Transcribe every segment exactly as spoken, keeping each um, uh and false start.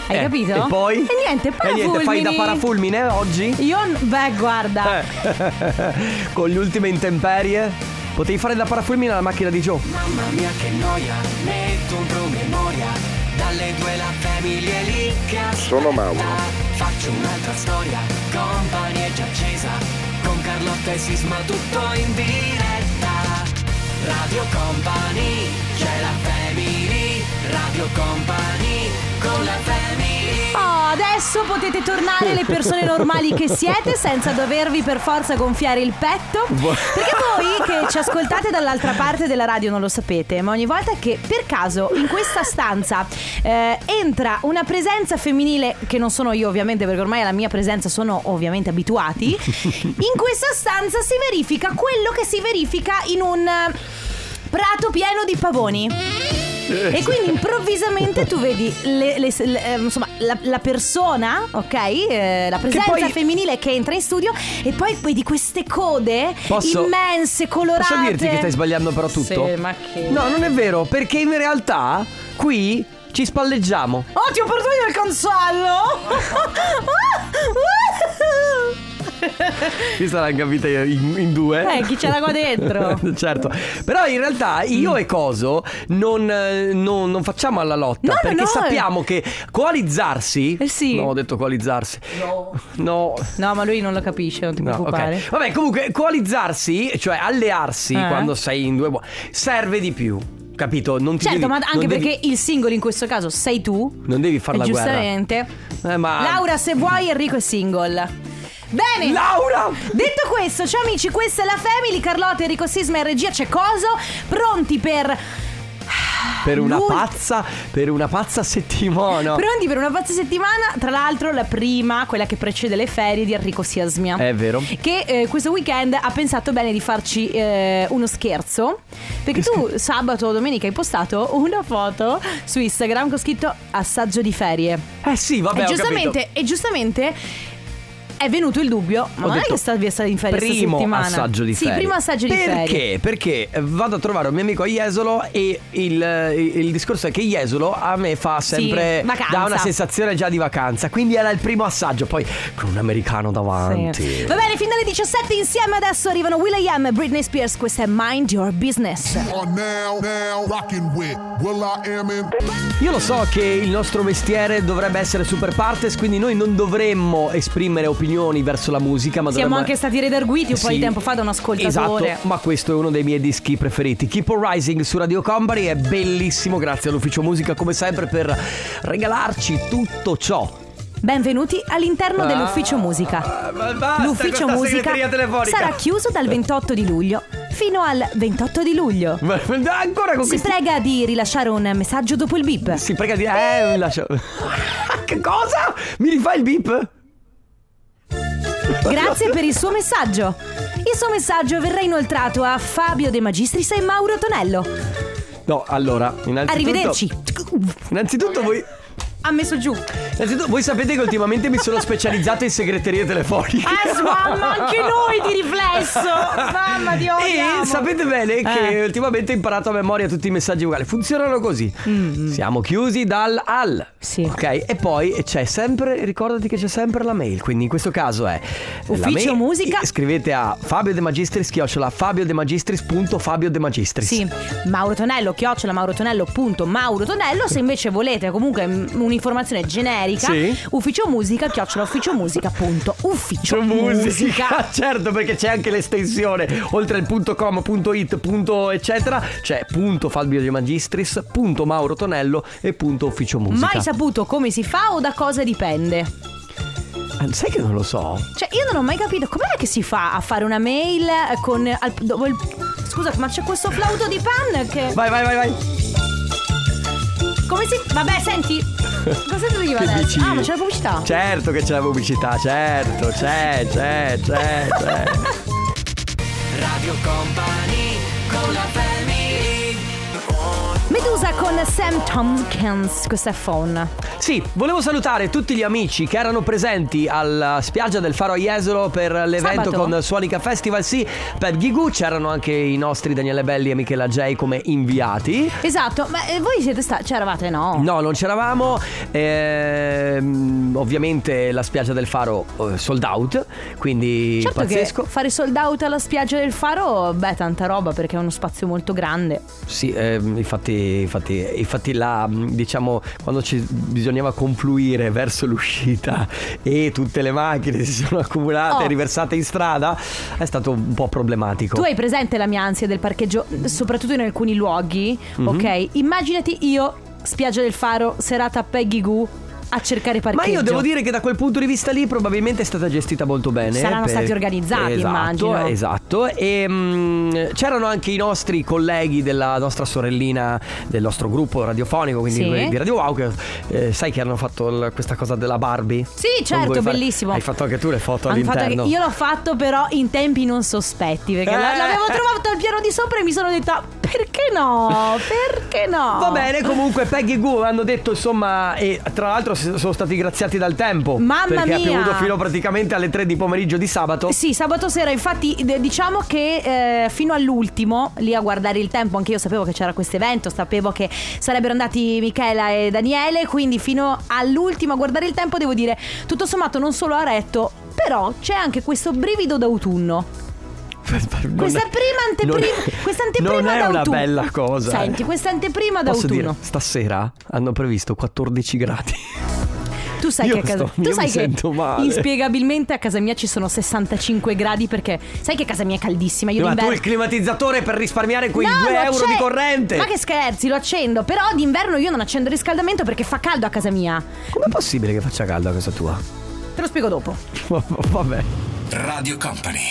Hai eh, capito? E poi? E niente, parafulmini. E niente, fai da parafulmine oggi? Io, beh, guarda. Eh. Con le ultime intemperie? Potevi fare da parafulmine alla macchina di Joe. Mamma mia che noia, metto un promemoria. Dalle due la famiglia è lì che aspetta. Sono Mauro. Faccio un'altra storia, compagnia è già accesa. Con Carlotta e Sisma tutto in diretta. Radio Company, c'è la family. Radio Company, con la family. Oh, adesso potete tornare le persone normali che siete, senza dovervi per forza gonfiare il petto. Perché voi che ci ascoltate dall'altra parte della radio non lo sapete, ma ogni volta che per caso in questa stanza eh, entra una presenza femminile, che non sono io ovviamente, perché ormai alla mia presenza sono ovviamente abituati, in questa stanza si verifica quello che si verifica in un prato pieno di pavoni. E quindi improvvisamente tu vedi le, le, le, eh, insomma, la, la persona, ok? Eh, la presenza poi... femminile che entra in studio. E poi vedi queste code Posso... immense, colorate. Posso dirti che stai sbagliando però tutto? Sì, ma che... No, non è vero, perché in realtà qui ci spalleggiamo. Oh, ti ho portato io il consollo. Questa l'hanno capita in, in due. Eh, chi c'era qua dentro? Certo. Però in realtà io e Coso non, non, non facciamo alla lotta, no, perché no, sappiamo che coalizzarsi eh sì. No, ho detto coalizzarsi. No. No. No, ma lui non lo capisce, non ti No, preoccupare. okay. Vabbè, comunque coalizzarsi, cioè allearsi eh. quando sei in due, serve di più. Capito? Non ti certo, devi, ma anche perché devi... il singolo in questo caso sei tu. Non devi fare la giustamente. guerra. Eh, ma... Laura, se vuoi, Enrico è single. Bene, Laura! Detto questo, ciao amici, questa è la Family. Carlotta, Enrico Sisma e regia, c'è Coso. Pronti per... Per una Lui... pazza Per una pazza settimana. Pronti per una pazza settimana. Tra l'altro la prima, quella che precede le ferie di Enrico Sisma. È vero. Che eh, questo weekend ha pensato bene di farci eh, uno scherzo. Perché tu sabato o domenica hai postato una foto su Instagram con scritto assaggio di ferie. Eh sì, vabbè, E ho giustamente, capito. e giustamente è venuto il dubbio, ma Ho non è detto, che stavi stare in ferie questa primo settimana? assaggio di sì, ferie. primo assaggio di Perché? ferie. Perché vado a trovare un mio amico a Jesolo e il, il discorso è che Jesolo a me fa sempre sì, dà una sensazione già di vacanza. Quindi era il primo assaggio, poi con un americano davanti. Sì. Va bene, fino alle diciassette insieme adesso arrivano will.i.am e Britney Spears. Questa è Mind Your Business. Io lo so che il nostro mestiere dovrebbe essere super partes, quindi noi non dovremmo esprimere opinioni verso la musica. Musica, ma siamo dovremmo... anche stati redarguiti un sì, po' di tempo fa da un ascoltatore. Esatto, ma questo è uno dei miei dischi preferiti. Keep on Rising su Radio Company è bellissimo, grazie all'Ufficio Musica come sempre per regalarci tutto ciò. Benvenuti all'interno ah, dell'Ufficio Musica. Basta, L'Ufficio Musica sarà chiuso dal ventotto di luglio fino al ventotto di luglio. Ma, ancora con si questi... prega di rilasciare un messaggio dopo il beep. Si prega di... Eh, lascia... Che cosa? Mi rifai il beep? Grazie per il suo messaggio. Il suo messaggio verrà inoltrato a Fabio De Magistris e Mauro Tonello. No, allora, innanzitutto... Arrivederci. Innanzitutto voi... Ha messo giù. Innanzitutto voi sapete che ultimamente mi sono specializzato in segreterie telefoniche. Ah, mamma, anche noi di riflesso. Mamma di odio. E sapete bene che eh. ultimamente ho imparato a memoria tutti i messaggi vocali. Funzionano così. Mm-hmm. Siamo chiusi dal al. Sì. Ok. E poi c'è sempre, ricordati che c'è sempre la mail. Quindi in questo caso è Ufficio Musica. Scrivete a Fabio De Magistris chiocciola Fabio De Magistris punto Fabio De Magistris. Sì. Mauro Tonello chiocciola Mauro Tonello punto Mauro Tonello. Se invece volete comunque un'informazione generica, sì. Ufficio Musica chiocciola Ufficio Musica punto Ufficio Musica. Certo, perché c'è anche l'estensione oltre al punto com, punto it, punto eccetera, c'è punto Fabio De Magistris, punto Mauro Tonello e punto Ufficio Musica. Mai saputo come si fa o da cosa dipende? Sai che non lo so. Cioè io non ho mai capito com'è che si fa a fare una mail con al, dopo il... Scusa, ma c'è questo flauto di pan che... Vai vai vai vai. Come si... Vabbè, senti. Cosa arriva adesso? Dici? Ah, ma c'è la pubblicità. Certo che c'è la pubblicità, certo, c'è, c'è, c'è, c'è. Radio Company con la family. Medusa con Sam Tompkins. Questa è Phone. Sì, volevo salutare tutti gli amici che erano presenti alla spiaggia del Faro a Jesolo per l'evento Sabato. con Suonica Festival. Sì, per Ghigù c'erano anche i nostri Daniele Belli e Michela J come inviati. Esatto, ma eh, voi siete stati, c'eravate no? No, non c'eravamo. ehm, Ovviamente la spiaggia del Faro eh, sold out, quindi Certo pazzesco. che fare sold out alla spiaggia del Faro, beh, tanta roba perché è uno spazio molto grande. Sì, ehm, infatti, infatti, infatti là, diciamo, quando ci bisognava confluire verso l'uscita e tutte le macchine si sono accumulate e Oh. riversate in strada, è stato un po' problematico. Tu hai presente la mia ansia del parcheggio, soprattutto in alcuni luoghi, Mhm. ok? Immaginati io, spiaggia del Faro, serata Peggy Goo, a cercare Ma parcheggio. io devo dire che da quel punto di vista lì probabilmente è stata gestita molto bene. Saranno per- stati organizzati, esatto, immagino. Esatto. E mh, c'erano anche i nostri colleghi della nostra sorellina del nostro gruppo radiofonico, quindi Sì. di Radio Wow, che eh, sai che hanno fatto l- questa cosa della Barbie? Sì, certo, Non vuoi fare- bellissimo. Hai fatto anche tu le foto Hanno fatto all'interno. anche- io l'ho fatto però in tempi non sospetti, perché Eh. la- l'avevo trovato al piano di sopra e mi sono detta perché no? Perché no? Va bene, comunque Peggy e Gu hanno detto insomma, e tra l'altro s- sono stati graziati dal tempo. Mamma perché mia. ha piovuto fino praticamente alle tre di pomeriggio di sabato. Sì, sabato sera, infatti d- diciamo che eh, fino all'ultimo, lì a guardare il tempo, anche io sapevo che c'era questo evento, sapevo che sarebbero andati Michela e Daniele, quindi fino all'ultimo a guardare il tempo devo dire, tutto sommato non solo a retto, però c'è anche questo brivido d'autunno. Non Questa è- prima anteprima, non- questa anteprima non è una d'autunno. bella cosa. Senti, questa anteprima Posso d'autunno. dire, stasera hanno previsto quattordici gradi. Tu sai Io che a casa, sto- tu io sai mi che sento male. inspiegabilmente a casa mia ci sono sessantacinque gradi, perché sai che casa mia è caldissima. Io Ma tu d'inverno il climatizzatore per risparmiare quei No, due lo euro acce- di corrente. Ma che scherzi, lo accendo. Però d'inverno io non accendo il riscaldamento perché fa caldo a casa mia. Com'è possibile che faccia caldo a casa tua? Te lo spiego dopo. Vabbè. Radio Company.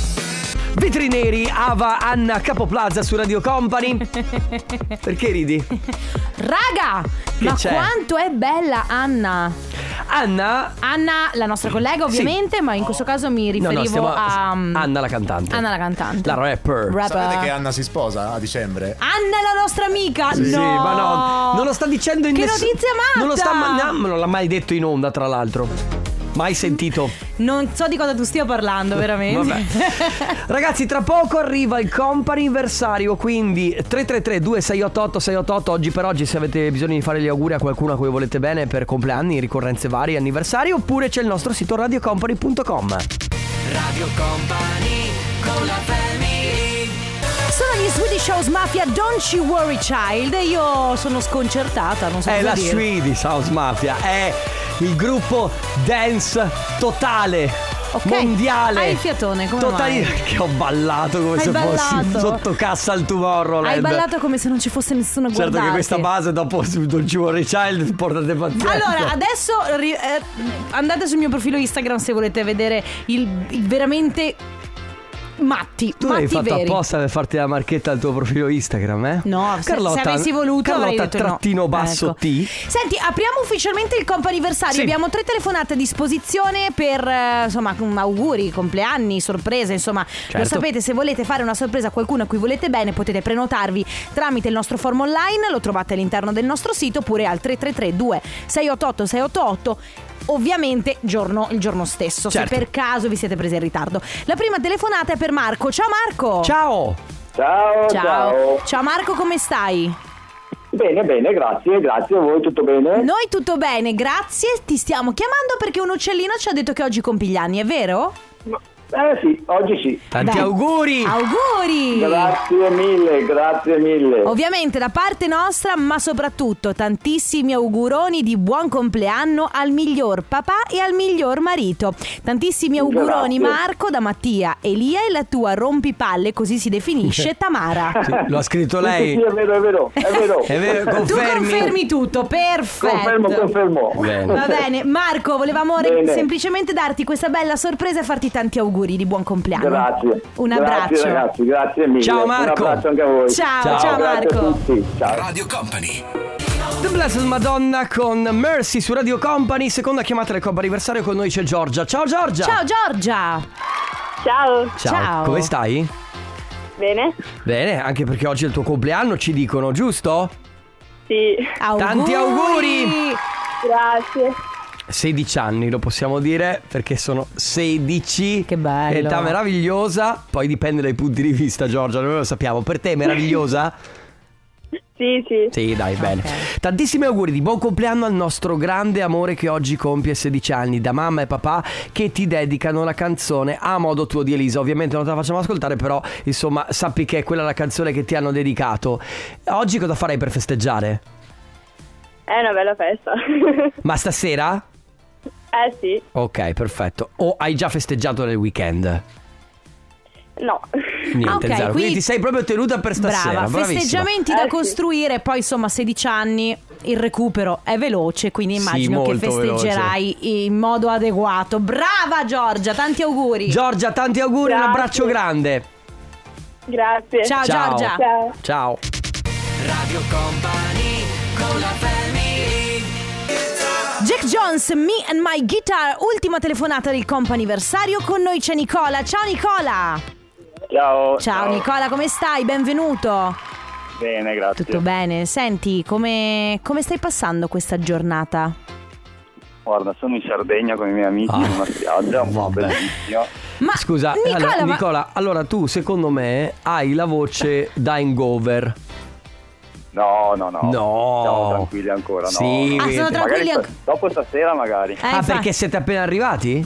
Vetri neri, Ava, Anna, Capoplaza su Radio Company. Perché ridi? Raga, Che ma c'è? quanto è bella Anna. Anna. Anna, la nostra collega ovviamente, ma in questo caso mi No, riferivo no, stiamo- a Anna la cantante. Anna la cantante. La rapper. Rapper. Sapete che Anna si sposa a dicembre? Anna è la nostra amica. Sì, no. ma no, non lo sta dicendo in Che nessun- notizia matta. Non lo sta ma- no, non l'ha mai detto in onda, tra l'altro. Mai sentito. Non so di cosa tu stia parlando, veramente. Vabbè. Ragazzi, tra poco arriva il comp'anniversario, quindi tre tre tre due sei otto otto sei otto otto. Oggi per oggi, se avete bisogno di fare gli auguri a qualcuno a cui volete bene per compleanni, ricorrenze varie, anniversari, oppure c'è il nostro sito radio company punto com. Radio Company con la family. Sono gli Swedish House Mafia, Don't You Worry Child. E io sono sconcertata, non so È cosa la dire. Swedish House Mafia, è il gruppo dance totale. Ok. Mondiale. Hai il fiatone, come Totali- mai? Che ho ballato come Hai se fossi ballato. sotto cassa al Tomorrowland. Hai ballato come se non ci fosse nessuno a Certo guardarti. che questa base dopo Don't You Worry Child portate pazienza. Allora, adesso ri- eh, andate sul mio profilo Instagram se volete vedere il, il veramente matti, Tu matti l'hai fatto veri. apposta per farti la marchetta al tuo profilo Instagram, eh? No, se, se avessi voluto avrei Carlotta detto no. trattino basso Ecco. T. Senti, apriamo ufficialmente il comp'anniversario. Sì. Abbiamo tre telefonate a disposizione per eh, insomma, com- auguri, compleanni, sorprese, insomma. Lo Certo. sapete, se volete fare una sorpresa a qualcuno a cui volete bene, potete prenotarvi tramite il nostro form online, lo trovate all'interno del nostro sito, oppure al tre tre tre due sei otto otto sei otto otto. Ovviamente giorno, il giorno stesso, Certo. se per caso vi siete presi in ritardo. La prima telefonata è per Marco. Ciao Marco. Ciao. Ciao, ciao, Ciao. Ciao Marco, come stai? Bene, bene, grazie, grazie. A voi tutto bene? Noi tutto bene, grazie. Ti stiamo chiamando perché un uccellino ci ha detto che oggi compi gli anni, è vero? Eh sì, oggi sì. Tanti Dai. auguri. Auguri! Grazie mille, grazie mille. Ovviamente da parte nostra, ma soprattutto tantissimi auguroni di buon compleanno al miglior papà e al miglior marito. Tantissimi auguroni Grazie. Marco da Mattia, Elia e la tua rompipalle, così si definisce, Tamara. Sì, lo ha scritto Sì, lei. sì, sì, è vero, è vero, è vero. È vero, Tu confermi? confermi tutto, perfetto. Confermo, confermo. Bene. Va bene, Marco, volevamo re- Bene. semplicemente darti questa bella sorpresa e farti tanti auguri di buon compleanno. Grazie. Un Grazie abbraccio. ragazzi, grazie mille. Ciao, Marco. Un abbraccio anche a voi. Ciao, Ciao. ciao, Grazie a Marco. tutti. Ciao. Radio Company. The Blessed Madonna con Mercy su Radio Company. Seconda chiamata del comp'anniversario, con noi c'è Giorgia. Ciao Giorgia. Ciao Giorgia. Ciao, Ciao. Come stai? bene? Bene, anche perché oggi è il tuo compleanno, ci dicono, giusto? Sì, Auguri. Tanti auguri. grazie. sedici anni lo possiamo dire, perché sono sedici. Che bello. Età meravigliosa. Poi dipende dai punti di vista, Giorgia, noi lo sappiamo. Per te è meravigliosa? Sì, sì. Sì, dai, bene. Ok. Tantissimi auguri di buon compleanno al nostro grande amore che oggi compie sedici anni, da mamma e papà che ti dedicano la canzone A modo tuo di Elisa. Ovviamente non te la facciamo ascoltare, però insomma sappi che è quella la canzone che ti hanno dedicato. Oggi cosa farai per festeggiare? È una bella festa. Ma stasera? Eh sì, Ok, perfetto. O hai già festeggiato nel weekend? no. Niente, Ok, zero. Quindi quindi- ti sei proprio tenuta per stasera. Brava, Bravissima. festeggiamenti Eh, da sì. costruire. Poi insomma sedici anni, il recupero è veloce, quindi Sì, immagino che molto festeggerai in modo adeguato. Brava Giorgia, tanti auguri. Giorgia, tanti auguri, un Grazie. abbraccio grande. Grazie. Ciao, Ciao. Giorgia. Ciao. Ciao. Radio Company con la family. Jack Jones, Me and My Guitar, ultima telefonata del comp'anniversario. Con noi c'è Nicola. Ciao Nicola. Ciao. Ciao Nicola, come stai? Benvenuto. Bene, grazie. Tutto bene? Senti, come, come stai passando questa giornata? Guarda, sono in Sardegna con i miei amici Ah. in una spiaggia, Vabbè. bellissima. Ma Scusa, Nicola, allora, ma- Nicola, allora tu secondo me hai la voce da hangover. No, no, no. No. Siamo tranquilli ancora, no. Sì, Ah, sono vedi. tranquilli Magari anche- sta- dopo stasera magari. Eh, Ah, infatti. perché siete appena arrivati?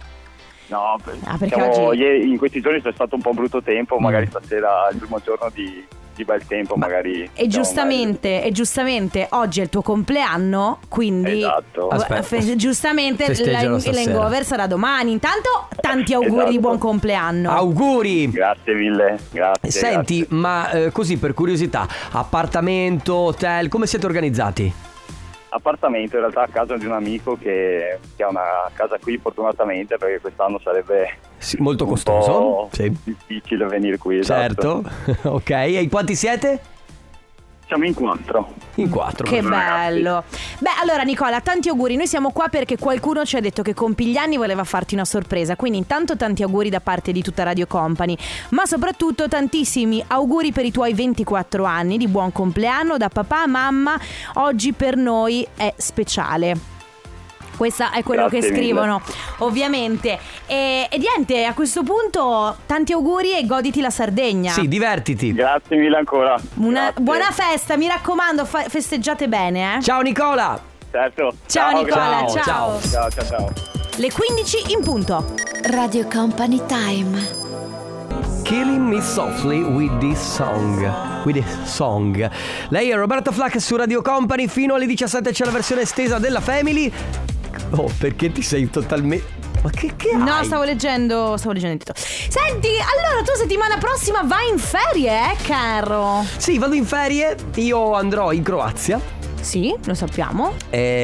No, per- Ah, perché siamo- oggi- ieri- in questi giorni c'è stato un po' brutto tempo, Mm. magari stasera è il primo giorno di, di bel tempo, magari. E siamo giustamente, e giustamente oggi è il tuo compleanno, quindi Esatto. Aspetta. fe- giustamente Festeggialo l'hang- stasera. l'hangover sarà domani. Intanto tanti auguri Esatto. di buon compleanno. Auguri. Grazie mille, grazie. Senti, grazie. ma eh, così per curiosità, appartamento, hotel, come siete organizzati? Appartamento in realtà a casa di un amico che, che ha una casa qui fortunatamente, perché quest'anno sarebbe Sì, molto un costoso. po' Sì. difficile venire qui. esatto. Certo. Ok, e in quanti siete? Siamo in quattro. In quattro. Che ragazzi. bello. Beh, allora Nicola, tanti auguri. Noi siamo qua perché qualcuno ci ha detto che compi gli anni, voleva farti una sorpresa. Quindi intanto tanti auguri da parte di tutta Radio Company, ma soprattutto tantissimi auguri per i tuoi ventiquattro anni di buon compleanno da papà, mamma. Oggi per noi è speciale. Questa è quello Grazie che mille. scrivono, ovviamente. E, e niente, a questo punto tanti auguri e goditi la Sardegna. Sì, divertiti. Grazie mille ancora. Una Grazie. buona festa, mi raccomando, fa- festeggiate bene, eh. Ciao Nicola. Certo. Ciao, Nicola, grazie. ciao. Ciao, ciao, ciao. Le quindici in punto. Radio Company Time. Killing Me Softly with this song. With this song. Lei è Roberta Flack su Radio Company. Fino alle diciassette c'è la versione estesa della Family. Oh, perché ti sei totalmente... Ma che, che No, hai? stavo leggendo, stavo leggendo il titolo. Senti, allora tu settimana prossima vai in ferie, eh, caro? Sì, vado in ferie. Io andrò in Croazia. Sì, lo sappiamo.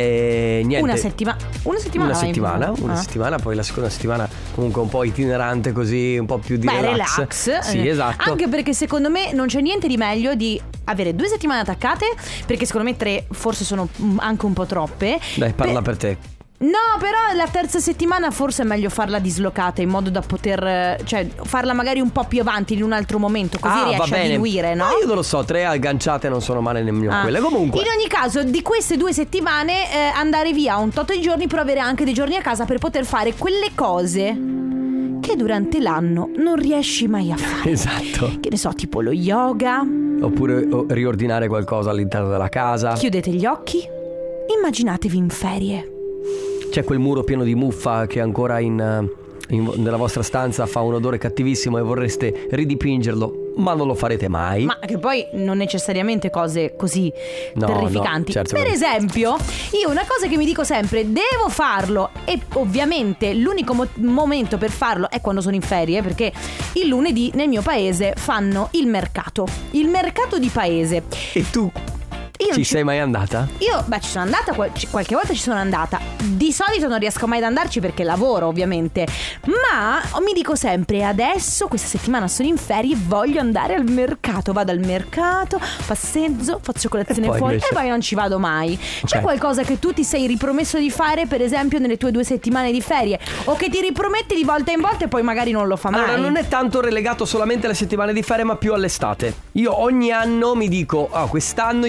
E niente. Una settimana. Una settimana. Una vai in- settimana, una Ah. settimana, poi la seconda settimana comunque un po' itinerante così, un po' più di Beh, relax. relax. Sì, eh. esatto. Anche perché secondo me non c'è niente di meglio di avere due settimane attaccate, perché secondo me tre forse sono mm, anche un po' troppe. Dai, parla Per- per te. No, però la terza settimana forse è meglio farla dislocata, in modo da poter, eh, cioè, farla magari un po' più avanti in un altro momento, così Ah, va riesci a bene. diluire, no? Ma io non lo so, tre agganciate non sono male nemmeno Ah. quelle. Comunque. In ogni caso, di queste due settimane eh, andare via un tot di giorni, però avere anche dei giorni a casa per poter fare quelle cose che durante l'anno non riesci mai a fare. Esatto. Che ne so, tipo lo yoga. Oppure oh, riordinare qualcosa all'interno della casa. Chiudete gli occhi, immaginatevi in ferie. C'è quel muro pieno di muffa che ancora in, eh, in- nella vostra stanza fa un odore cattivissimo e vorreste ridipingerlo, ma non lo farete mai. Ma che poi non necessariamente cose così No, terrificanti. no, certo Per che no. esempio, io una cosa che mi dico sempre, devo farlo, e ovviamente l'unico mo- momento per farlo è quando sono in ferie, perché il lunedì nel mio paese fanno il mercato. Il mercato di paese. E tu Io non ci sei mai andata? Io, beh, ci sono andata, qual- ci- qualche volta ci sono andata. Di solito non riesco mai ad andarci perché lavoro, ovviamente. Ma mi dico sempre, adesso, questa settimana sono in ferie, voglio andare al mercato. Vado al mercato, passeggio, faccio colazione E poi fuori invece? e poi non ci vado mai. C'è Ok. qualcosa che tu ti sei ripromesso di fare, per esempio, nelle tue due settimane di ferie? O che ti riprometti di volta in volta e poi magari non lo fa mai? Allora, non è tanto relegato solamente alle settimane di ferie, ma più all'estate. Io ogni anno mi dico, ah, quest'anno io voglio arrivare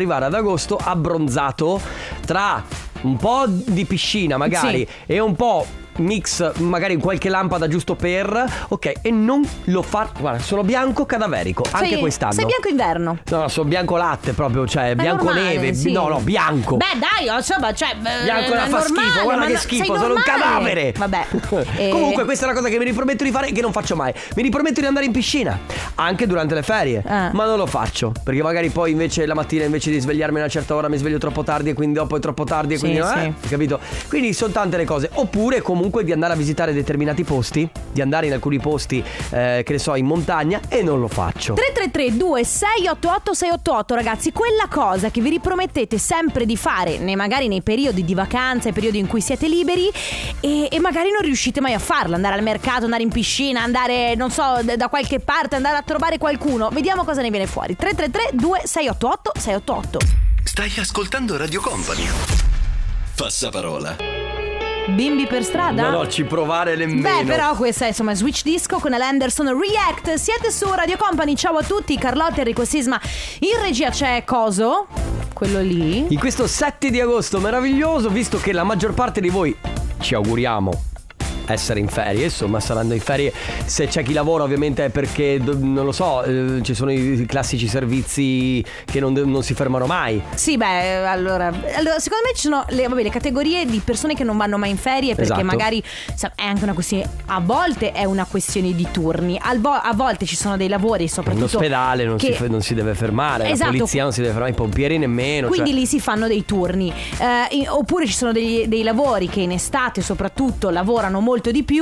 arrivare ad agosto abbronzato, tra un po' di piscina magari, sì, e un po' mix, magari qualche lampada giusto per, ok, e non lo fa. Guarda, sono bianco cadaverico anche sei, quest'anno. Sei bianco inverno? No, no, sono bianco latte proprio, cioè è bianco normale, neve, sì. no, no, bianco. Beh, dai, insomma, cioè bianco da fa schifo, guarda che schifo, sono un cadavere. Vabbè. E... Comunque questa è una cosa che mi riprometto di fare e che non faccio mai. Mi riprometto di andare in piscina anche durante le ferie, eh. ma non lo faccio, perché magari poi invece la mattina, invece di svegliarmi a una certa ora, mi sveglio troppo tardi e quindi dopo è troppo tardi e sì, quindi sì. eh, capito? Quindi sono tante le cose. Oppure comunque di andare a visitare determinati posti, di andare in alcuni posti, eh, che ne so, in montagna, e non lo faccio. Tre tre tre due sei otto otto sei otto otto, ragazzi, quella cosa che vi ripromettete sempre di fare, nei, magari nei periodi di vacanza, i periodi in cui siete liberi, e, e magari non riuscite mai a farla. Andare al mercato, andare in piscina, andare, non so, da qualche parte, andare a trovare qualcuno. Vediamo cosa ne viene fuori. Tre tre tre due sei otto otto sei otto otto. Stai ascoltando Radio Company. Passaparola. Bimbi per strada? No, no, ci provare nemmeno. Beh, però questa è insomma Switch Disco con Anderson React. Siete su Radio Company, ciao a tutti. Carlotta, Enrico Sisma. In regia c'è Coso, quello lì. In questo sette di agosto meraviglioso, visto che la maggior parte di voi, ci auguriamo, essere in ferie, insomma saranno in ferie. Se c'è chi lavora ovviamente è perché, non lo so, eh, ci sono i classici servizi che non, non si fermano mai. Sì, beh, allora, allora secondo me ci sono le, vabbè, le categorie di persone che non vanno mai in ferie perché esatto. magari sa, è anche una questione, a volte è una questione di turni, Al vo- a volte ci sono dei lavori soprattutto in ospedale non, che... si, non si deve fermare, esatto. La polizia non si deve fermare, i pompieri nemmeno, quindi cioè... lì si fanno dei turni, eh, in, oppure ci sono dei, dei lavori che in estate soprattutto lavorano molto di più.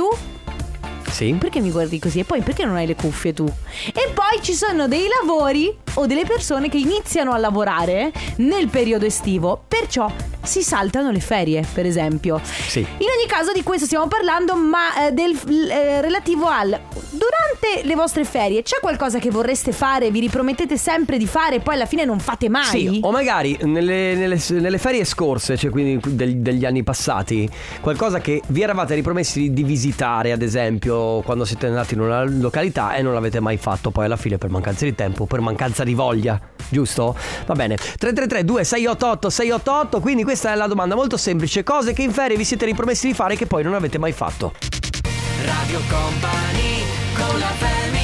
Sì. Perché mi guardi così? E poi perché non hai le cuffie tu? E poi ci sono dei lavori o delle persone che iniziano a lavorare nel periodo estivo, perciò si saltano le ferie, per esempio. Sì. In ogni caso di questo stiamo parlando, ma eh, del eh, relativo al durante le vostre ferie c'è qualcosa che vorreste fare, vi ripromettete sempre di fare e poi alla fine non fate mai? Sì, o magari nelle, nelle, nelle ferie scorse, cioè quindi degli, degli anni passati, qualcosa che vi eravate ripromessi di, di visitare, ad esempio quando siete andati in una località e non l'avete mai fatto poi alla fine per mancanza di tempo, per mancanza di voglia, giusto? Va bene. Tre tre tre due sei otto otto sei otto otto. Quindi questa è la domanda molto semplice: cose che in ferie vi siete ripromessi di fare che poi non avete mai fatto. Radio Company con la family.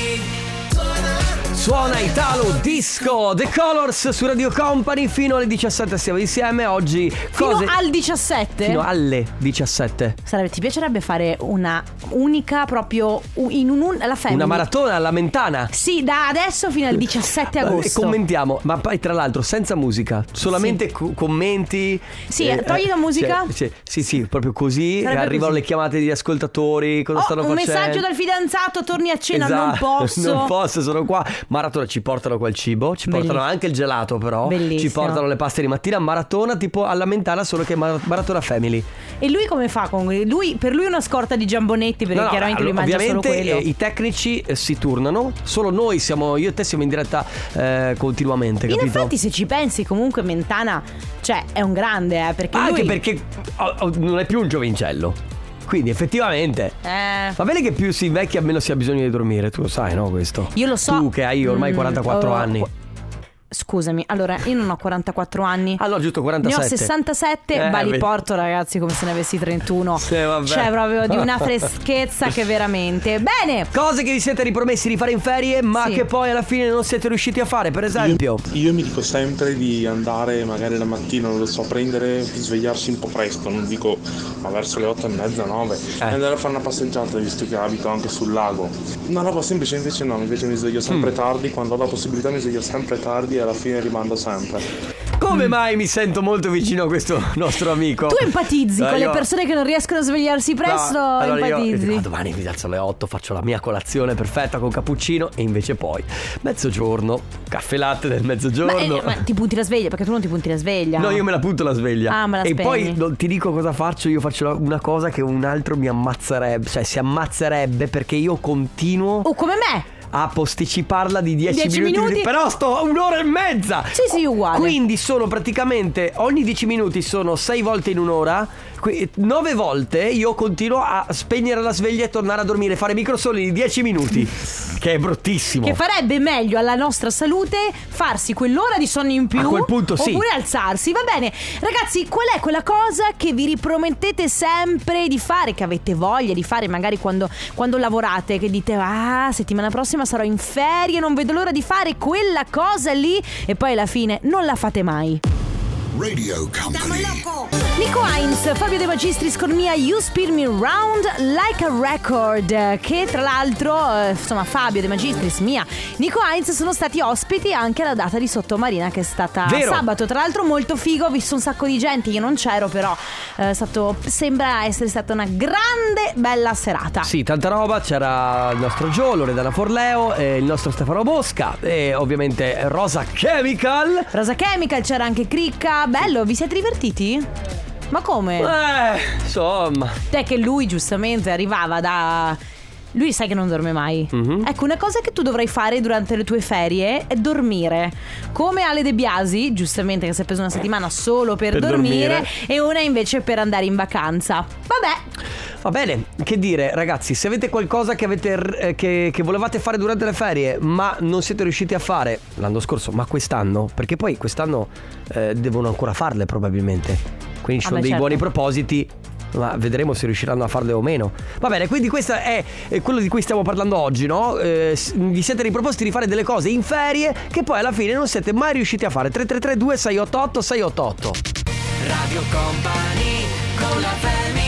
Suona Italo Disco, The Colors su Radio Company. Fino alle diciassette siamo insieme. Oggi cose... Fino al diciassette? Fino alle diciassette. Sarebbe, ti piacerebbe fare una unica proprio in un, un la family? Una maratona alla Mentana? Sì, da adesso fino al diciassette agosto. E commentiamo, ma poi tra l'altro senza musica, solamente sì. co- commenti. Sì, eh, togli la musica. Cioè, sì, sì, sì, proprio così. Sarebbe arrivano così. Le chiamate degli ascoltatori, cosa oh, stanno un facendo. Un messaggio dal fidanzato, torni a cena, esatto. non posso. Non posso, sono qua. Maratona, ci portano quel cibo, ci portano Bellissimo. Anche il gelato però. Bellissimo. Ci portano le paste di mattina. Maratona tipo alla Mentana, solo che mar- maratona family. E lui come fa con lui? Per lui una scorta di giambonetti, perché no, no, chiaramente lui mangia solo quello. Ovviamente eh, i tecnici eh, si turnano. Solo noi siamo, io e te siamo in diretta eh, continuamente, capito? In effetti se ci pensi comunque Mentana, cioè è un grande, eh, perché anche lui... perché oh, oh, non è più un giovincello. Quindi effettivamente eh. va bene che più si invecchia meno si ha bisogno di dormire. Tu lo sai, no, questo? Io lo so. Tu che hai ormai quarantaquattro mm, oh, anni. Scusami, allora io non ho quarantaquattro anni. Ah no, giusto, quarantasette. Ne ho sessantasette, eh, ma li vedi. porto, ragazzi, come se ne avessi trentuno. Sì, vabbè. Cioè proprio di una freschezza che veramente. Bene. Cose che vi siete ripromessi di fare in ferie, ma sì. che poi alla fine non siete riusciti a fare, per esempio. Io, io mi dico sempre di andare magari la mattina, non lo so, prendere, svegliarsi un po' presto, non dico ma verso le otto e mezza, nove, eh. e andare a fare una passeggiata, visto che abito anche sul lago. Una roba semplice, invece no, invece mi sveglio sempre mm. tardi, quando ho la possibilità mi sveglio sempre tardi e alla fine rimando sempre. Come mai mi sento molto vicino a questo nostro amico? Tu empatizzi no, con io... le persone che non riescono a svegliarsi presto, no, allora empatizzi. Io, domani mi alzo alle otto, faccio la mia colazione perfetta con cappuccino e invece poi mezzogiorno, caffè latte del mezzogiorno. Ma, eh, ma ti punti la sveglia? Perché tu non ti punti la sveglia. No, io me la punto la sveglia. Ah, me la E spegni. poi non ti dico cosa faccio. Io faccio una cosa che un altro mi ammazzerebbe. Cioè si ammazzerebbe perché io continuo Oh, come me. a posticiparla di dieci, dieci minuti, minuti. Però sto un'ora e mezza. Sì, sì, uguale. Quindi sono praticamente ogni dieci minuti sono sei volte in un'ora. nove volte io continuo a spegnere la sveglia e tornare a dormire, fare microsonni di dieci minuti. Che è bruttissimo. Che farebbe meglio alla nostra salute farsi quell'ora di sonno in più. A quel punto sì. Oppure alzarsi. Va bene. Ragazzi, qual è quella cosa che vi ripromettete sempre di fare, che avete voglia di fare magari quando, quando lavorate, che dite ah, settimana prossima sarò in ferie, non vedo l'ora di fare quella cosa lì, e poi alla fine non la fate mai. Radio Company. Nico Heinz, Fabio De Magistris con Mia You Spin Me Round Like a Record, che tra l'altro eh, insomma Fabio De Magistris, Mia, Nico Heinz sono stati ospiti anche alla data di Sottomarina, che è stata Vero. sabato, tra l'altro molto figo, ho visto un sacco di gente, io non c'ero però eh, è stato, sembra essere stata una grande bella serata. Sì, tanta roba, c'era il nostro Gio, Loredana Forleo, eh, il nostro Stefano Bosca e ovviamente Rosa Chemical. Rosa Chemical, c'era anche Cricca. Bello, vi siete divertiti? Ma come? Eh, insomma. Te che lui giustamente arrivava da... Lui sai che non dorme mai. Mm-hmm. Ecco, una cosa che tu dovrai fare durante le tue ferie è dormire. Come Ale De Biasi, giustamente, che si è preso una settimana solo per, Per dormire, dormire. e una invece per andare in vacanza. Vabbè. Va bene, che dire ragazzi, se avete qualcosa che avete eh, che, che volevate fare durante le ferie ma non siete riusciti a fare l'anno scorso, ma quest'anno, perché poi quest'anno eh, devono ancora farle probabilmente, quindi ci Ah, sono beh, dei certo. buoni propositi, ma vedremo se riusciranno a farle o meno. Va bene, quindi questo è, è quello di cui stiamo parlando oggi, no? Eh, s- vi siete riproposti di fare delle cose in ferie che poi alla fine non siete mai riusciti a fare. Tre tre tre due sei otto otto sei otto otto. Radio Company con la family.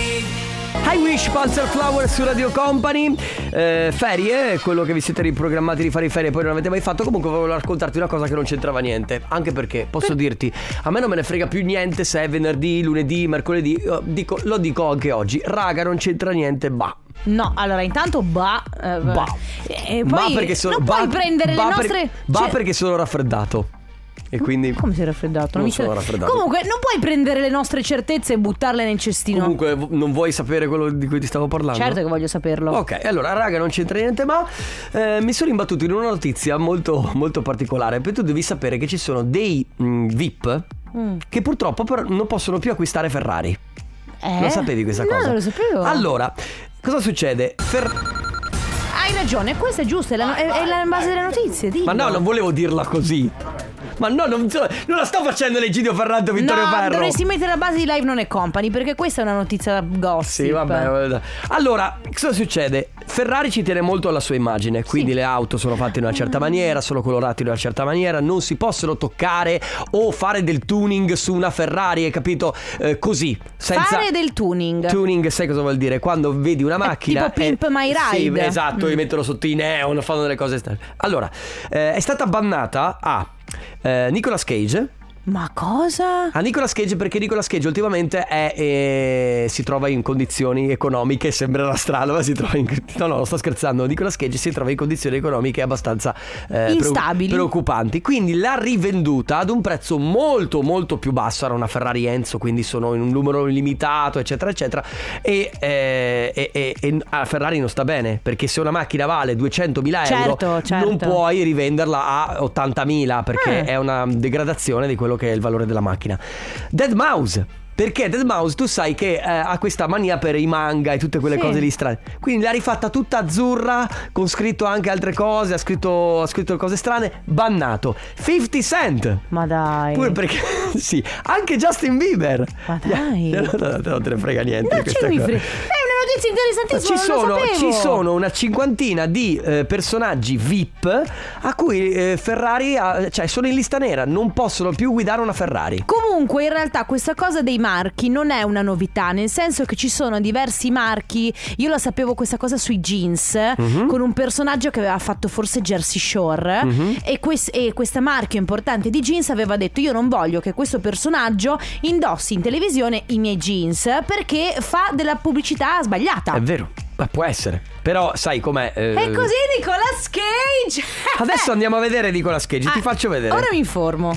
I Wish, Panzer Flower su Radio Company. eh, Ferie, quello che vi siete riprogrammati di fare in ferie e poi non avete mai fatto. Comunque volevo raccontarti una cosa che non c'entrava niente. Anche perché, posso dirti, a me non me ne frega più niente se è venerdì, lunedì, mercoledì. Io dico, lo dico anche oggi. Raga, non c'entra niente, bah. No, allora intanto bah, eh, Bah. E Bah poi perché sono, non bah- puoi prendere bah le per- nostre bah cioè- perché sono raffreddato. E quindi Come sei raffreddato? Non mi sono sa- raffreddato. Comunque non puoi prendere le nostre certezze e buttarle nel cestino. Comunque v- non vuoi sapere quello di cui ti stavo parlando? Certo che voglio saperlo. Ok, allora raga, non c'entra niente, ma eh, mi sono imbattuto in una notizia molto molto particolare. Perché tu devi sapere che ci sono dei mm, V I P Mm. che purtroppo però non possono più acquistare Ferrari. Eh? Lo sapevi questa No, cosa? non lo sapevo. Allora, cosa succede? Fer- Hai ragione, questa è giusta, è la, è, è la base delle notizie, dillo. Ma no, non volevo dirla così. Ma no, non, non la sto facendo l'Egidio Ferrante o Vittorio No, Ferro. dovresti mettere la base di Live Non È Company, perché questa è una notizia da gossip. Sì, vabbè, vabbè. Allora, cosa succede? Ferrari ci tiene molto alla sua immagine. Quindi Sì. le auto sono fatte in una certa maniera, sono colorate in una certa maniera, non si possono toccare o fare del tuning su una Ferrari, hai capito? Eh, così, senza Fare del tuning. tuning, sai cosa vuol dire? Quando vedi una macchina tipo Pimp My Ride. Sì, esatto, Mm. gli mettono sotto i neon, fanno delle cose strane. Allora, eh, è stata bannata a eh, Nicolas Cage. Ma cosa? A Nicolas Cage, perché Nicolas Cage ultimamente è, eh, si trova in condizioni economiche, sembrerà strano, ma si trova in... No, no, sto scherzando. Nicolas Cage si trova in condizioni economiche abbastanza eh, Instabili. preoccupanti. Quindi l'ha rivenduta ad un prezzo molto molto più basso. Era una Ferrari Enzo, quindi sono in un numero limitato, eccetera eccetera. E, eh, e, e, e a Ferrari non sta bene, perché se una macchina vale duecentomila euro, Certo, certo. non puoi rivenderla a ottantamila, perché Eh. è una degradazione di quello che è il valore della macchina. deadmau five, perché deadmau five tu sai che eh, ha questa mania per i manga e tutte quelle Sì. cose lì strane, quindi l'ha rifatta tutta azzurra con scritto anche altre cose, ha scritto, ha scritto cose strane. Bannato. fifty Cent, Ma dai. pure perché sì, anche Justin Bieber. Ma dai. No, no, no, non te ne frega niente Non di ci questa mi cosa. frega. È una notizia interessantissima, Ci non sono, lo sapevo. ci sono una cinquantina di eh, personaggi V I P a cui eh, Ferrari ha, cioè sono in lista nera, non possono più guidare una Ferrari. Comunque in realtà questa cosa dei marchi non è una novità, nel senso che ci sono diversi marchi. Io la sapevo questa cosa sui jeans, Mhm. con un personaggio che aveva fatto forse Jersey Shore, Mhm. e, quest- e questa marchio importante di jeans aveva detto: io non voglio che questo personaggio indossi in televisione i miei jeans, perché fa della pubblicità sbagliata. È vero, ma può essere. Però sai com'è eh, E così Nicolas Cage. Adesso andiamo a vedere Nicolas Cage, ti Ah, faccio vedere. Ora mi informo.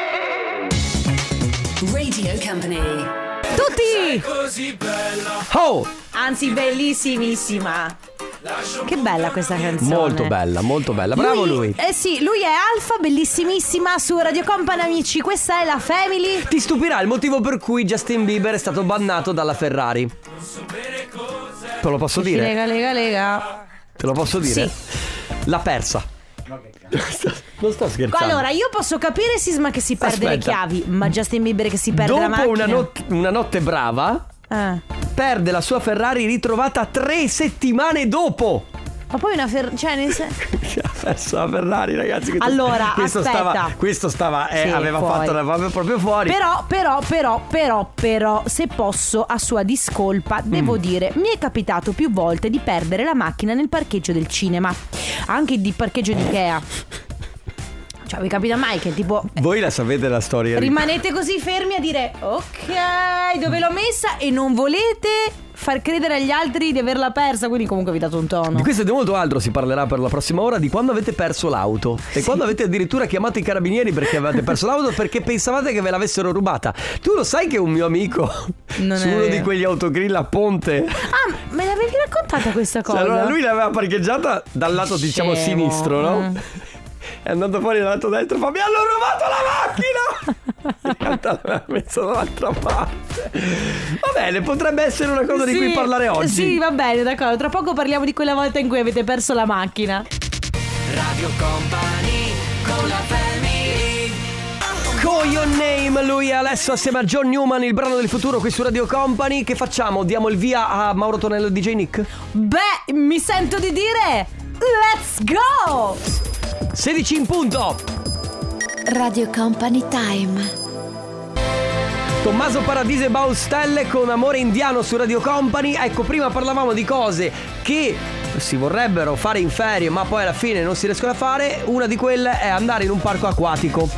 Radio Company. Tutti! Così bella. Oh! Anzi bellissimissima. Che bella questa canzone. Molto bella, molto bella. Bravo lui. Eh sì, lui è Alfa, bellissimissima su Radio Company, amici. Questa è la Family. Ti stupirà il motivo per cui Justin Bieber è stato bannato dalla Ferrari. Te lo posso dire? Lega, lega, lega. Te lo posso dire? Sì. L'ha persa. Non sto scherzando. Allora, io posso capire Sisma che si perde Aspetta. le chiavi, ma Justin Bieber che si perde Dopo la macchina. una, not- una notte brava, Eh. perde la sua Ferrari ritrovata tre settimane dopo. Ma poi una fer... cioè nel sen- Ha perso la Ferrari, ragazzi. Questo- Allora, questo aspetta. stava, questo stava, eh, Sì, aveva fuori. fatto la proprio, proprio fuori. Però, però, però, però, però, se posso, a sua discolpa, devo Mm. dire, mi è capitato più volte di perdere la macchina nel parcheggio del cinema, anche di parcheggio di Ikea. Cioè, vi capita mai che tipo Voi la sapete la storia? rimanete così fermi a dire ok, dove l'ho messa e non volete far credere agli altri di averla persa, quindi comunque vi date un tono. Di questo e di molto altro si parlerà per la prossima ora, di quando avete perso l'auto e quando avete addirittura chiamato i carabinieri perché avete perso l'auto perché pensavate che ve l'avessero rubata. Tu lo sai che un mio amico Non su è uno vero. di quegli autogrill a Ponte, Ah, me l'avevi raccontata questa cosa? cioè, allora lui l'aveva parcheggiata dal lato diciamo Scemo. sinistro, no? Mm. È andato fuori dal lato destro e fa: mi hanno rubato la macchina! In realtà l'aveva messo dall'altra parte. Va bene, potrebbe essere una cosa di Sì, cui parlare oggi. Sì, va bene, d'accordo. Tra poco parliamo di quella volta in cui avete perso la macchina. Radio Company con la family. Call Your Name, lui è Alessio assieme a John Newman, il brano del futuro qui su Radio Company. Che facciamo? Diamo il via a Mauro Tonello e D J Nick? Beh, mi sento di dire let's go! sedici in punto. Radio Company Time. Tommaso Paradiso e Baustelle con Amore Indiano su Radio Company. Ecco, prima parlavamo di cose che si vorrebbero fare in ferie ma poi alla fine non si riescono a fare. Una di quelle è andare in un parco acquatico.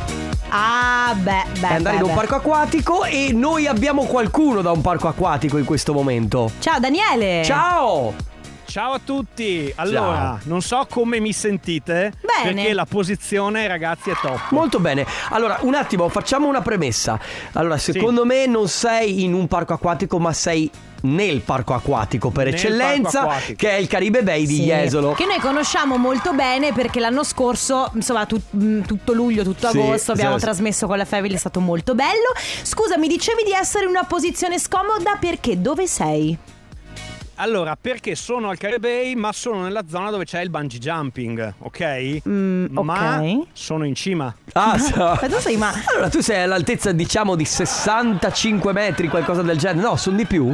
Ah, beh, beh. È andare beh, in un beh. parco acquatico e noi abbiamo qualcuno da un parco acquatico in questo momento. Ciao Daniele. Ciao! Ciao a tutti. Allora, Ciao. non so come mi sentite, Bene. perché la posizione, ragazzi, è top. Molto bene. Allora, un attimo, facciamo una premessa. Allora, secondo me non sei in un parco acquatico, ma sei nel parco acquatico per Nel eccellenza, parco acquatico. che è il Caribe Bay di Sì. Jesolo. Che noi conosciamo molto bene perché l'anno scorso, insomma, tut- mh, tutto luglio, tutto Sì, agosto abbiamo sì. trasmesso con la Family, è stato molto bello. Scusa, mi dicevi di essere in una posizione scomoda perché? Dove sei? Allora, perché sono al Caribe, ma sono nella zona dove c'è il bungee jumping, ok? Mm, Ma ok. sono in cima. Ah, so. Ma tu sei ma... Allora, tu sei all'altezza, diciamo, di sessantacinque metri, qualcosa del genere. No, sono di più.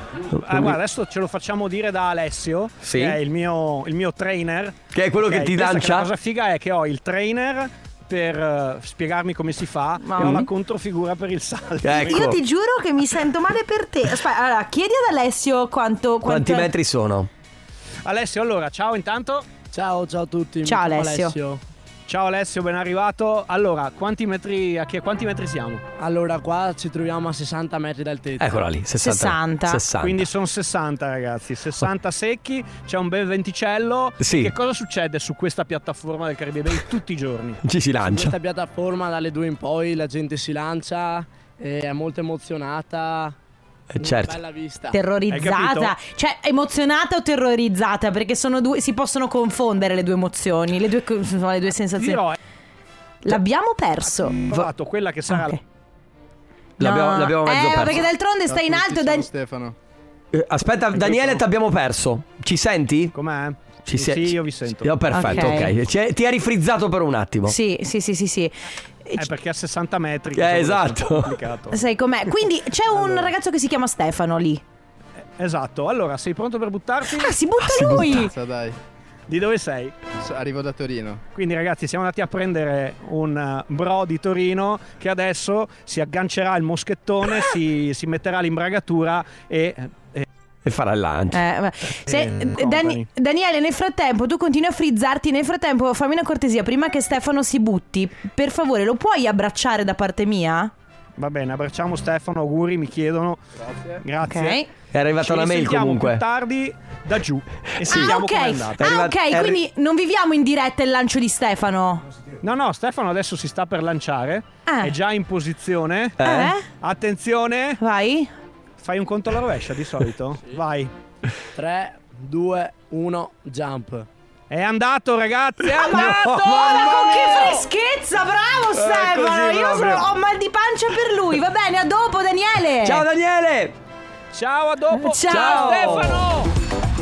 Ah, guarda, adesso ce lo facciamo dire da Alessio, Sì. che è il mio, il mio trainer. Che è quello Ok, che ti questa lancia? La cosa figa è che ho il trainer per eh, spiegarmi come si fa e ho la controfigura per il salto. Ecco. Io ti giuro che mi sento male per te. Aspetta, allora, chiedi ad Alessio quanto... Quanti quanto- metri sono? Alessio, allora, ciao intanto. Ciao, ciao a tutti. Ciao, mi chiamo Alessio. Ciao Alessio, ben arrivato. Allora, quanti metri, a che, quanti metri siamo? Allora, qua ci troviamo a sessanta metri d'altezza. Eccola lì, sessanta. sessanta. sessanta. Quindi sono sessanta ragazzi, sessanta secchi, c'è un bel venticello. Sì. Che cosa succede su questa piattaforma del Caribe Bay tutti i giorni? Ci si lancia. Questa piattaforma dalle due in poi la gente si lancia, eh, è molto emozionata. Eh, certo. Una bella vista. Hai Terrorizzata, capito? cioè emozionata o terrorizzata? Perché sono due, si possono confondere le due emozioni, le due, insomma, le due sensazioni. Dirò, L'abbiamo perso. ho fatto quella che sarà Ok. L'abbiamo, No. l'abbiamo mezzo eh, ma perso. perché d'altronde stai in alto. Dan- Stefano. Eh, Aspetta, Daniele, ti abbiamo perso. Ci senti? com'è? Ci sì, sei- sì, io vi sento. Oh, perfetto, Ok. ok. Ci- ti eri frizzato per un attimo. Sì, sì, sì, sì, sì. Eh, perché a sessanta metri Eh, cosa vuole esatto. essere un po' complicato. Sai com'è? Quindi c'è un ragazzo che si chiama Stefano lì. Esatto, allora sei pronto per buttarti? Ah, si butta si lui! butta. Dai, Di dove sei? arrivo da Torino. Quindi ragazzi siamo andati a prendere un eh, bro di Torino che adesso si aggancerà il moschettone, si, si metterà l'imbragatura e... e E farà il lancio. Eh, vabbè. Se- Eh, Dani- company. Daniele, nel frattempo tu continui a frizzarti. Nel frattempo fammi una cortesia, prima che Stefano si butti, per favore lo puoi abbracciare da parte mia? Va bene, abbracciamo Stefano, auguri, mi chiedono. Grazie. Grazie. Ok. È arrivata Ci una mail risentiamo comunque. più tardi da giù e Ah, sentiamo ok, com'è andata. È ah, arrivato- ok, è arri- quindi non viviamo in diretta il lancio di Stefano. No, no, Stefano adesso si sta per lanciare. Ah. È già in posizione. Eh? Attenzione. Vai. Fai un conto alla rovescia di solito? Vai. tre, due, uno, jump. È andato, ragazzi, è andato! No, ma con che freschezza, bravo Stefano! così Io proprio. sono- ho mal di pancia per lui. Va bene, a dopo Daniele. Ciao Daniele! Ciao, a dopo! Ciao. Ciao Stefano!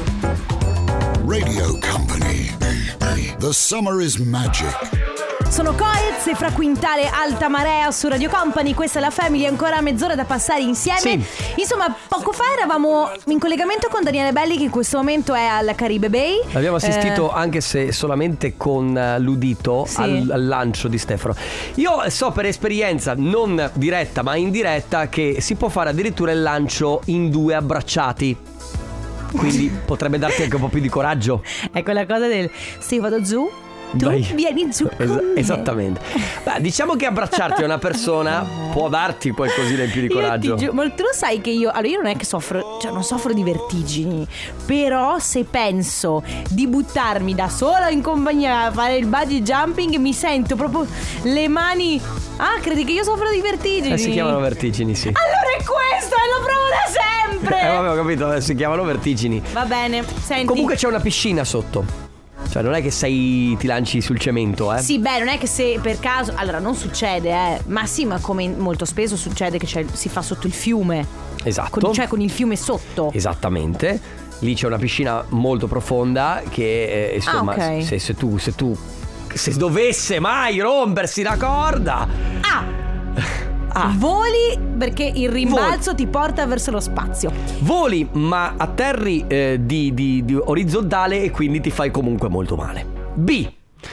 Radio Company. The summer is magic. Sono Coez e fra Quintale Alta Marea su Radio Company. Questa è la Family, ancora mezz'ora da passare insieme. Sì. Insomma, poco fa eravamo in collegamento con Daniele Belli, che in questo momento è al Caribe Bay. Abbiamo assistito, Eh, anche se solamente con eh, l'udito, Sì. al, al lancio di Stefano. Io so per esperienza, non diretta ma indiretta, che si può fare addirittura il lancio in due abbracciati. Quindi potrebbe darti anche un po' più di coraggio. È quella cosa del se io vado giù, tu Vai. vieni giù con Es- me. Esattamente. Beh, diciamo che abbracciarti a una persona può darti qualcosina in più di Io coraggio. ti giuro, ma tu lo sai che io, allora io non è che soffro, cioè non soffro di vertigini, però se penso di buttarmi da sola in compagnia a fare il bungee jumping, mi sento proprio le mani. Ah, credi che io soffro di vertigini? Eh, si chiamano vertigini, sì. Allora è questo e lo provo da sempre. Eh, vabbè, ho capito, eh, si chiamano vertigini. Va bene, senti. Comunque c'è una piscina sotto. Cioè non è che sei, ti lanci sul cemento, eh. Sì, beh, non è che se per caso, allora non succede, eh. Ma sì, ma come molto spesso succede che c'è, si fa sotto il fiume. Esatto. Con- cioè con il fiume sotto. Esattamente. Lì c'è una piscina molto profonda che eh, insomma, Ah, ok. se, se tu se tu se dovesse mai rompersi la corda, Ah! Voli perché il rimbalzo ti porta verso lo spazio. voli ma atterri eh, di, di, di orizzontale e quindi ti fai comunque molto male. B.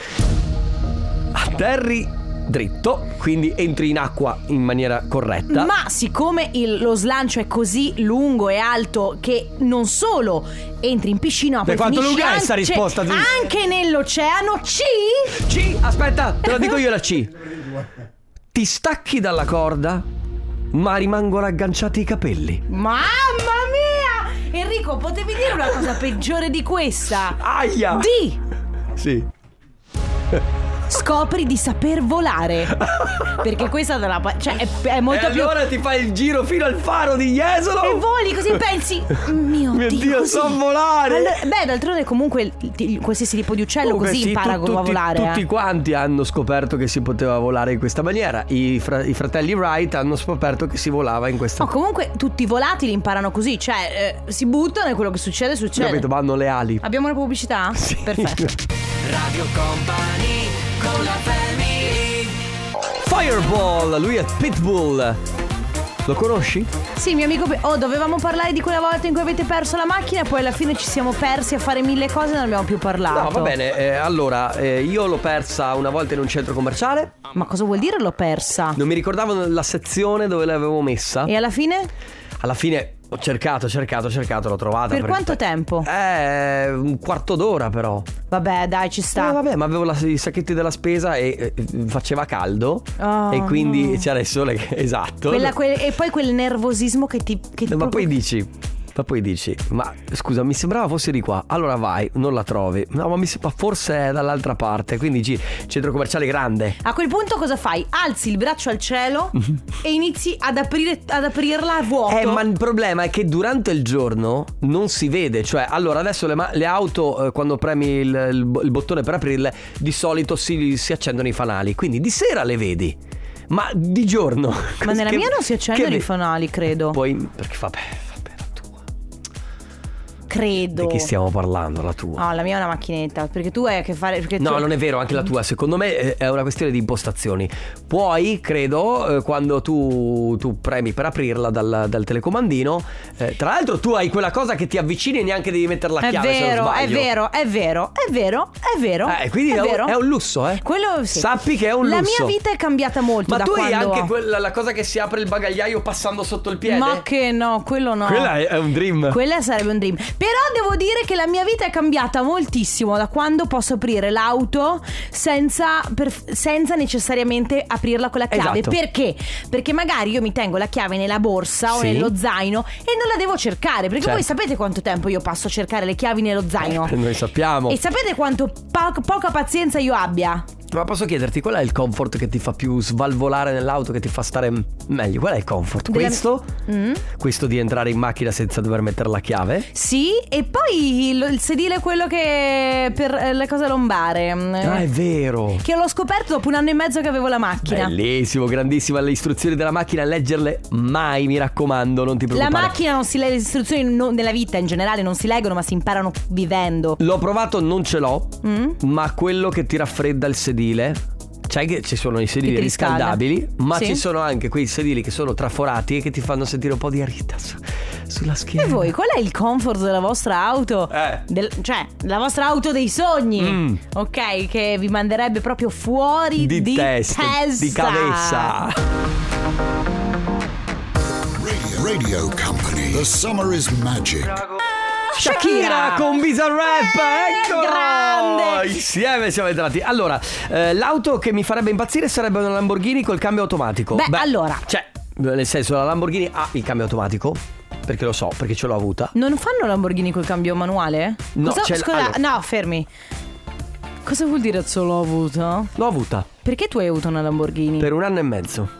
Atterri dritto, quindi entri in acqua in maniera corretta. Ma siccome il- lo slancio è così lungo e alto che non solo entri in piscina, ma Beh, poi quanto finisci lunga è anche, sta risposta? cioè, anche nell'oceano. C. C, aspetta, te lo dico io la C. Ti stacchi dalla corda, ma rimangono agganciati i capelli. Mamma mia! Enrico, potevi dire una cosa peggiore di questa? Aia! D. Sì. Scopri di saper volare. Perché questa dalla pa- cioè è, è molto e più. allora ti fai il giro fino al faro di Jesolo E voli così pensi, mio, Mio Dio, così. so volare. Allora, beh, d'altronde comunque il- il- qualsiasi tipo di uccello Comunque così sì, impara tu- come a tutti, volare. Tutti eh. quanti hanno scoperto che si poteva volare in questa maniera. I, fra- i fratelli Wright hanno scoperto che si volava in questa No, comunque tutti i volatili imparano così, cioè eh, si buttano e quello che succede succede. Capito? Ma hanno le ali. Abbiamo una pubblicità? Sì. Perfetto. Radio Company con la Family. Fireball, lui è Pitbull. Lo conosci? Sì, mio amico. Pe- Oh, dovevamo parlare di quella volta in cui avete perso la macchina e poi alla fine ci siamo persi a fare mille cose e non abbiamo più parlato. No, va bene. eh, allora, eh, io l'ho persa una volta in un centro commerciale. Ma cosa vuol dire l'ho persa? Non mi ricordavo la sezione dove l'avevo messa. E alla fine? Alla fine ho cercato, cercato, cercato, l'ho trovata. Per perché- quanto tempo? Eh, un quarto d'ora però. Vabbè, dai, ci sta. Eh, vabbè, ma avevo la- i sacchetti della spesa e eh, faceva caldo. Oh, e quindi no. c'era il sole che- esatto. Quella- que- e poi quel nervosismo che ti. Che ti Ma proprio- poi dici Ma poi dici ma scusa, mi sembrava fosse di qua. Allora vai, non la trovi. No, ma mi sembra forse è dall'altra parte. Quindi dici centro commerciale grande. A quel punto cosa fai? Alzi il braccio al cielo e inizi ad, aprire, ad aprirla a vuoto. Eh, ma il problema è che durante il giorno non si vede. Cioè, allora adesso le, ma- le auto, eh, quando premi il, il- il bottone per aprirle, di solito si, si accendono i fanali. Quindi di sera le vedi. Ma di giorno. Ma nella che- mia non si accendono che i ve- fanali, credo. Poi, perché vabbè, Credo. di chi stiamo parlando? La tua? No, la mia è una macchinetta. Perché tu hai a che fare. Perché No, tu... non è vero, anche la tua. Secondo me eh, è una questione di impostazioni. Puoi, credo, eh, quando tu, tu premi per aprirla dal, dal telecomandino, eh, tra l'altro tu hai quella cosa che ti avvicini e neanche devi mettere la È chiave. se non vero, è sbaglio. vero, è vero, è vero, è vero. Eh, quindi è, è un, vero. è un lusso, eh. Quello sì. Sappi che è un La lusso. mia vita è cambiata molto Ma da tu hai quando... anche quella, la cosa che si apre il bagagliaio passando sotto il piede? Ma che no, quello no. Quella è, è un dream. Quella sarebbe un dream. Però devo dire che la mia vita è cambiata moltissimo da quando posso aprire l'auto senza, per- senza necessariamente aprirla con la chiave. Esatto. Perché? Perché magari io mi tengo la chiave nella borsa o Sì. nello zaino e non la devo cercare. Perché Certo. voi sapete quanto tempo io passo a cercare le chiavi nello zaino? Noi sappiamo. E sapete quanto po- poca pazienza io abbia? Ma posso chiederti qual è il comfort che ti fa più svalvolare nell'auto, che ti fa stare meglio? Qual è il comfort? Della- Questo? Mm? Questo di entrare in macchina senza dover mettere la chiave? Sì, e poi il, il sedile quello che per eh, le cose lombare. Ah, è vero. Che l'ho scoperto dopo un anno e mezzo che avevo la macchina. Bellissimo, grandissima. Le istruzioni della macchina, leggerle mai, mi raccomando, non ti La preoccupare. macchina non si legge, le istruzioni non- nella vita in generale non si leggono, ma si imparano vivendo. L'ho provato, non ce l'ho, Mm? ma quello che ti raffredda il sedile. Sai che ci sono i sedili Che ti riscalda. riscaldabili, ma Sì. ci sono anche quei sedili che sono traforati e che ti fanno sentire un po' di arita su- sulla schiena. E voi, qual è il comfort della vostra auto? Eh. Del- cioè, la vostra auto dei sogni. Mm. Ok, che vi manderebbe proprio fuori di, Di testa, di cabeza. Radio Company. The summer is magic. Shakira con Bizarrap, ecco! grande! Insieme siamo entrati. Allora, eh, l'auto che mi farebbe impazzire sarebbe una Lamborghini col cambio automatico. Beh, allora. Cioè, nel senso, la Lamborghini ha il cambio automatico, perché lo so, perché ce l'ho avuta. Non fanno Lamborghini col cambio manuale? No, Cosa- c'è l- scusa, allora. no, fermi. Cosa vuol dire ce l'ho avuto? L'ho avuta Perché tu hai avuto una Lamborghini? per un anno e mezzo.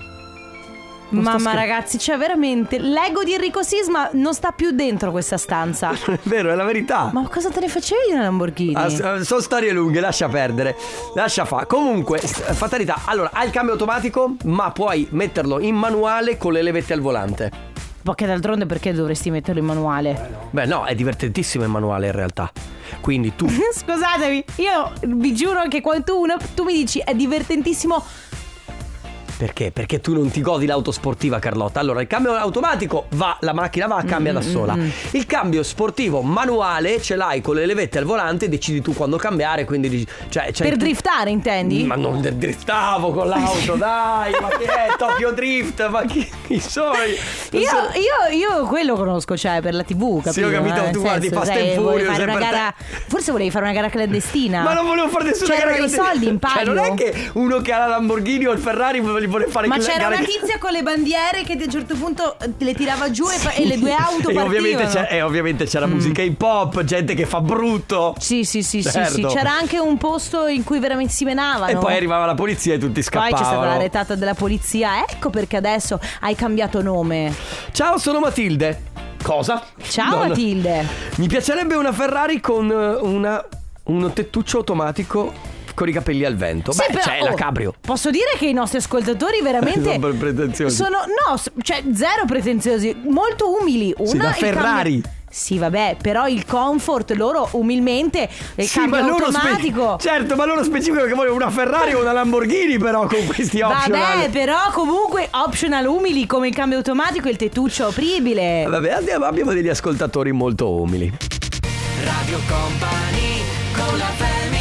non sto Mamma scher- ragazzi, cioè veramente l'ego di Enrico Sisma non sta più dentro questa stanza. È vero, è la verità. Ma cosa te ne facevi di una Lamborghini? Ah, s- sono storie lunghe, lascia perdere. Lascia fa. Comunque, st- fatalità. Allora, ha il cambio automatico, ma puoi metterlo in manuale con le levette al volante. Perché d'altronde perché dovresti metterlo in manuale? Beh, no, è divertentissimo il manuale in realtà. Quindi tu Scusatemi, io vi giuro che quando tu, uno, tu mi dici è divertentissimo. Perché? Perché tu non ti godi l'auto sportiva, Carlotta. Allora, il cambio automatico va, la macchina va, cambia da sola. Il cambio sportivo manuale ce l'hai con le levette al volante, decidi tu quando cambiare, quindi dici- cioè, c'hai Per tu- driftare intendi? Ma non de- driftavo con l'auto, dai, ma che è Tokyo Drift, ma chi, chi sono? Io, io, io quello conosco, cioè per la tivù, capito? Sì, ho capito, Eh, nel tu guardi senso, Fast sai, and volevi Furious, fare una per te. gara. Forse volevi fare una gara clandestina. Ma non volevo fare nessuna gara C'erano i clandestina. soldi in Cioè, palio. non è che uno che ha la Lamborghini o il Ferrari vuole vuole fare Ma quelle c'era gare una che- tizia con le bandiere che a un certo punto le tirava giù e, fa- e le due auto e partivano. ovviamente, c'è, e ovviamente c'era musica hip hop, gente che fa brutto. Sì, sì, sì, sì, Certo. sì. C'era anche un posto in cui veramente si menavano. E poi arrivava la polizia e tutti Poi scappavano. c'è stata la retata della polizia. Ecco perché adesso hai cambiato nome. Ciao, sono Matilde. Cosa? Ciao No, no. Matilde. Mi piacerebbe una Ferrari con eh, una, un tettuccio automatico con i capelli al vento. Sì, Beh, però- c'è oh, la cabrio. Posso dire che i nostri ascoltatori veramente Sono per pretenziosi. sono no, s- cioè zero pretenziosi, molto umili. Una Sì, da il Ferrari. cambio- Sì, vabbè, però il comfort loro umilmente il Sì, cambio ma loro spe- automatico. certo, ma loro specificano che vogliono una Ferrari o una Lamborghini, però con questi optional. Vabbè, però comunque optional umili come il cambio automatico e il tettuccio apribile. Vabbè, andiamo- abbiamo degli ascoltatori molto umili. Radio Company con la family.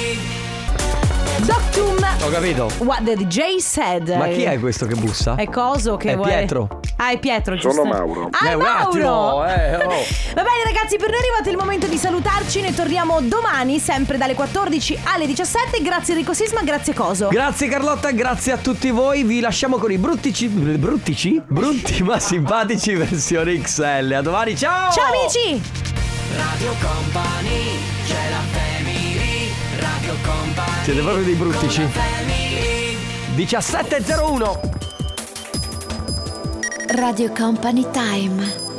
Doctum. Ho capito. What the D J said. Ma chi è questo che bussa? È Coso che È vuole. Pietro. Ah, è Pietro, Sono giusto? Mauro. Ah, Eh, è un Mauro. attimo, eh, oh. Va bene ragazzi, per noi è arrivato il momento di salutarci. Noi torniamo domani, sempre dalle quattordici alle diciassette. Grazie Enrico Sisma, grazie Coso. Grazie Carlotta, grazie a tutti voi. Vi lasciamo con i bruttici. Bruttici? Brutti ma simpatici versione X L. A domani, ciao! Ciao amici! Radio Company, c'è la family. Radio Company. Siete proprio dei bruttici. diciassette e zero uno. Radio Company Time.